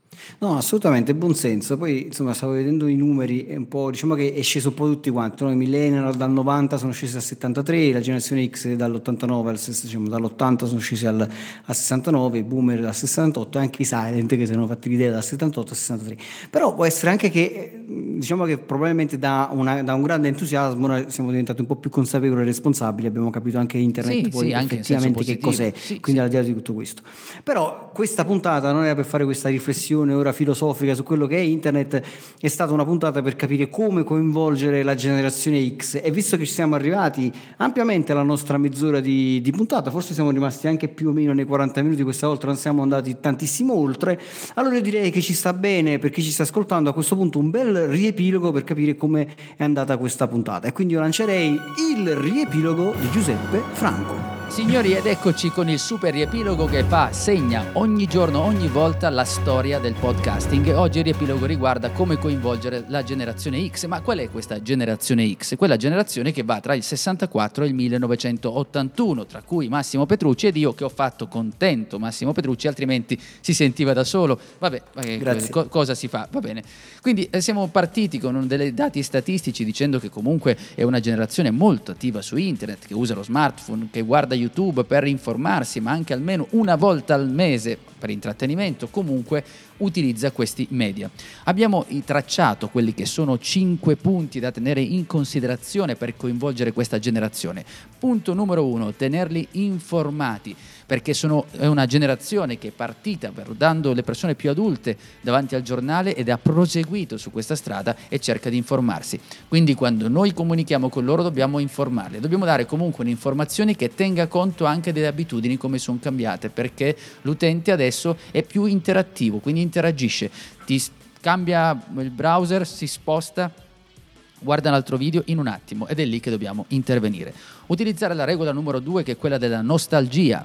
No, assolutamente, buon senso. Poi insomma stavo vedendo i numeri, è un po', diciamo che è sceso un po' tutti quanti, no? I millennial dal novanta sono scesi al settantatré, la generazione X dall'ottantanove al diciamo, dall'ottanta sono scesi al, al sessantanove, i boomer dal sessantotto, anche i silent che si sono fatti l'idea dal settantotto al sessantatré. Però può essere anche che diciamo che probabilmente da, una, da un grande entusiasmo noi siamo diventati un po' più consapevoli e responsabili, abbiamo capito anche internet sì, poi sì, anche effettivamente che cos'è, sì, quindi sì. al di là di tutto questo. Però questa puntata non era per fare questa riflessione ora filosofica su quello che è internet, è stata una puntata per capire come coinvolgere la generazione X, e visto che ci siamo arrivati ampiamente alla nostra mezz'ora di, di puntata, forse siamo rimasti anche più o meno nei quaranta minuti questa volta, non siamo andati tantissimo oltre, allora io direi che ci sta bene, per chi ci sta ascoltando, a questo punto un bel riepilogo per capire come è andata questa puntata, e quindi io lancerei il riepilogo di Giuseppe Franco. Signori, ed eccoci con il super riepilogo che fa, segna ogni giorno, ogni volta la storia del podcasting. Oggi il riepilogo riguarda come coinvolgere la generazione X. Ma qual è questa generazione X? Quella generazione che va tra il sessantaquattro e il millenovecentottantuno, tra cui Massimo Petrucci ed io, che ho fatto contento Massimo Petrucci, altrimenti si sentiva da solo. Vabbè, eh, co- cosa si fa? Va bene. Quindi eh, siamo partiti con dei dati statistici dicendo che comunque è una generazione molto attiva su internet, che usa lo smartphone, che guarda YouTube per informarsi, ma anche almeno una volta al mese per intrattenimento, comunque utilizza questi media. Abbiamo tracciato quelli che sono cinque punti da tenere in considerazione per coinvolgere questa generazione. Punto numero uno, tenerli informati, perché sono, è una generazione che è partita per, dando le persone più adulte davanti al giornale ed ha proseguito su questa strada e cerca di informarsi. Quindi quando noi comunichiamo con loro dobbiamo informarli, dobbiamo dare comunque un'informazione che tenga conto anche delle abitudini, come sono cambiate, perché l'utente adesso è più interattivo, quindi interagisce, ti cambia il browser, si sposta, guarda un altro video in un attimo, ed è lì che dobbiamo intervenire. Utilizzare la regola numero due, che è quella della nostalgia,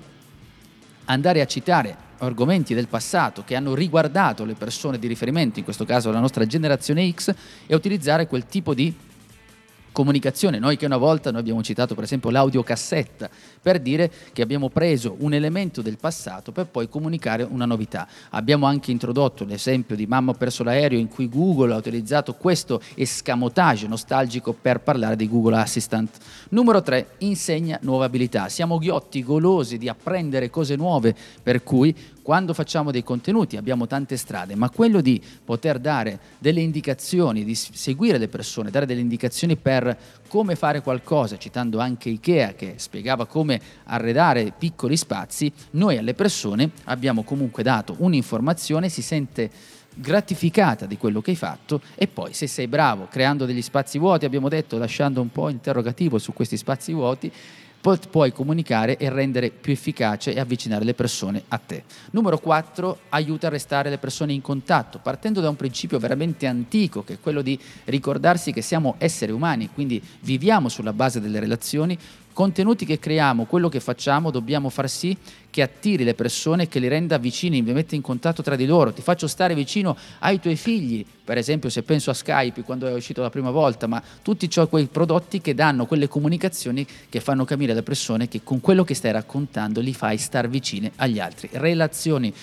andare a citare argomenti del passato che hanno riguardato le persone di riferimento, in questo caso la nostra generazione X, e utilizzare quel tipo di comunicazione. Noi che una volta noi abbiamo citato per esempio l'audiocassetta, per dire che abbiamo preso un elemento del passato per poi comunicare una novità. Abbiamo anche introdotto l'esempio di Mamma ho perso l'aereo, in cui Google ha utilizzato questo escamotage nostalgico per parlare di Google Assistant. Numero tre, insegna nuove abilità. Siamo ghiotti, golosi di apprendere cose nuove, per cui quando facciamo dei contenuti abbiamo tante strade, ma quello di poter dare delle indicazioni, di seguire le persone, dare delle indicazioni per come fare qualcosa, citando anche Ikea che spiegava come arredare piccoli spazi, noi alle persone abbiamo comunque dato un'informazione, si sente gratificata di quello che hai fatto, e poi se sei bravo creando degli spazi vuoti, abbiamo detto, lasciando un po' interrogativo su questi spazi vuoti, pu- puoi comunicare e rendere più efficace e avvicinare le persone a te. Numero quattro, aiuta a restare le persone in contatto, partendo da un principio veramente antico, che è quello di ricordarsi che siamo esseri umani, quindi viviamo sulla base delle relazioni. Contenuti che creiamo, quello che facciamo, dobbiamo far sì che attiri le persone, che li renda vicini, li mette in contatto tra di loro. Ti faccio stare vicino ai tuoi figli, per esempio se penso a Skype quando è uscito la prima volta, ma tutti ciò, quei prodotti che danno quelle comunicazioni che fanno capire alle persone che con quello che stai raccontando li fai star vicine agli altri. Relazioni,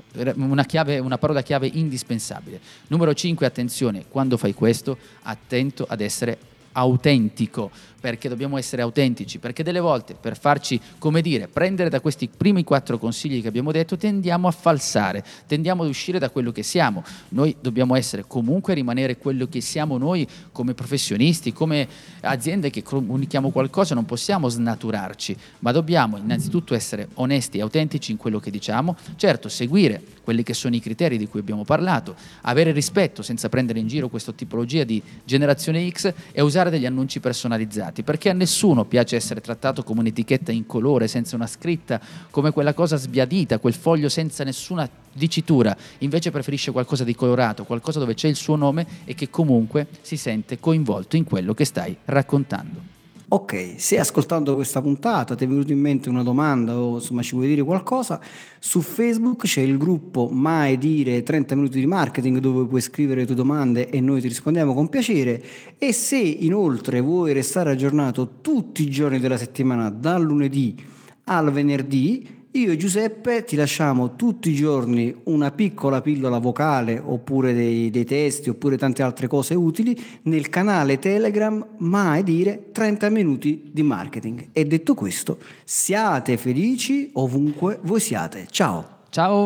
una chiave, una parola chiave indispensabile. Numero cinque, attenzione, quando fai questo, attento ad essere autentico, perché dobbiamo essere autentici, perché delle volte per farci, come dire, prendere da questi primi quattro consigli che abbiamo detto, tendiamo a falsare, tendiamo ad uscire da quello che siamo. Noi dobbiamo essere comunque, rimanere quello che siamo noi come professionisti, come aziende che comunichiamo qualcosa, non possiamo snaturarci, ma dobbiamo innanzitutto essere onesti e autentici in quello che diciamo, certo seguire quelli che sono i criteri di cui abbiamo parlato, avere rispetto senza prendere in giro questa tipologia di generazione X e usare degli annunci personalizzati, perché a nessuno piace essere trattato come un'etichetta in colore, senza una scritta, come quella cosa sbiadita, quel foglio senza nessuna dicitura. Invece preferisce qualcosa di colorato, qualcosa dove c'è il suo nome e che comunque si sente coinvolto in quello che stai raccontando. Ok, se ascoltando questa puntata ti è venuto in mente una domanda o insomma ci vuoi dire qualcosa, su Facebook c'è il gruppo Mai Dire trenta minuti di marketing, dove puoi scrivere le tue domande e noi ti rispondiamo con piacere. E se inoltre vuoi restare aggiornato tutti i giorni della settimana, dal lunedì al venerdì, io e Giuseppe ti lasciamo tutti i giorni una piccola pillola vocale, oppure dei, dei testi, oppure tante altre cose utili nel canale Telegram Mai Dire trenta minuti di marketing. E detto questo, siate felici ovunque voi siate. Ciao! Ciao!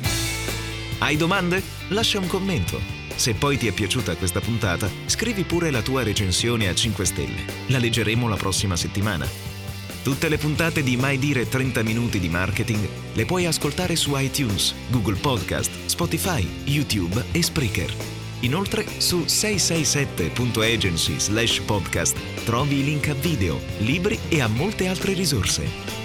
Hai domande? Lascia un commento. Se poi ti è piaciuta questa puntata, scrivi pure la tua recensione a cinque stelle. La leggeremo la prossima settimana. Tutte le puntate di Mai Dire trenta minuti di marketing le puoi ascoltare su iTunes, Google Podcast, Spotify, YouTube e Spreaker. Inoltre su sei sei sette punto agency slash podcast trovi i link a video, libri e a molte altre risorse.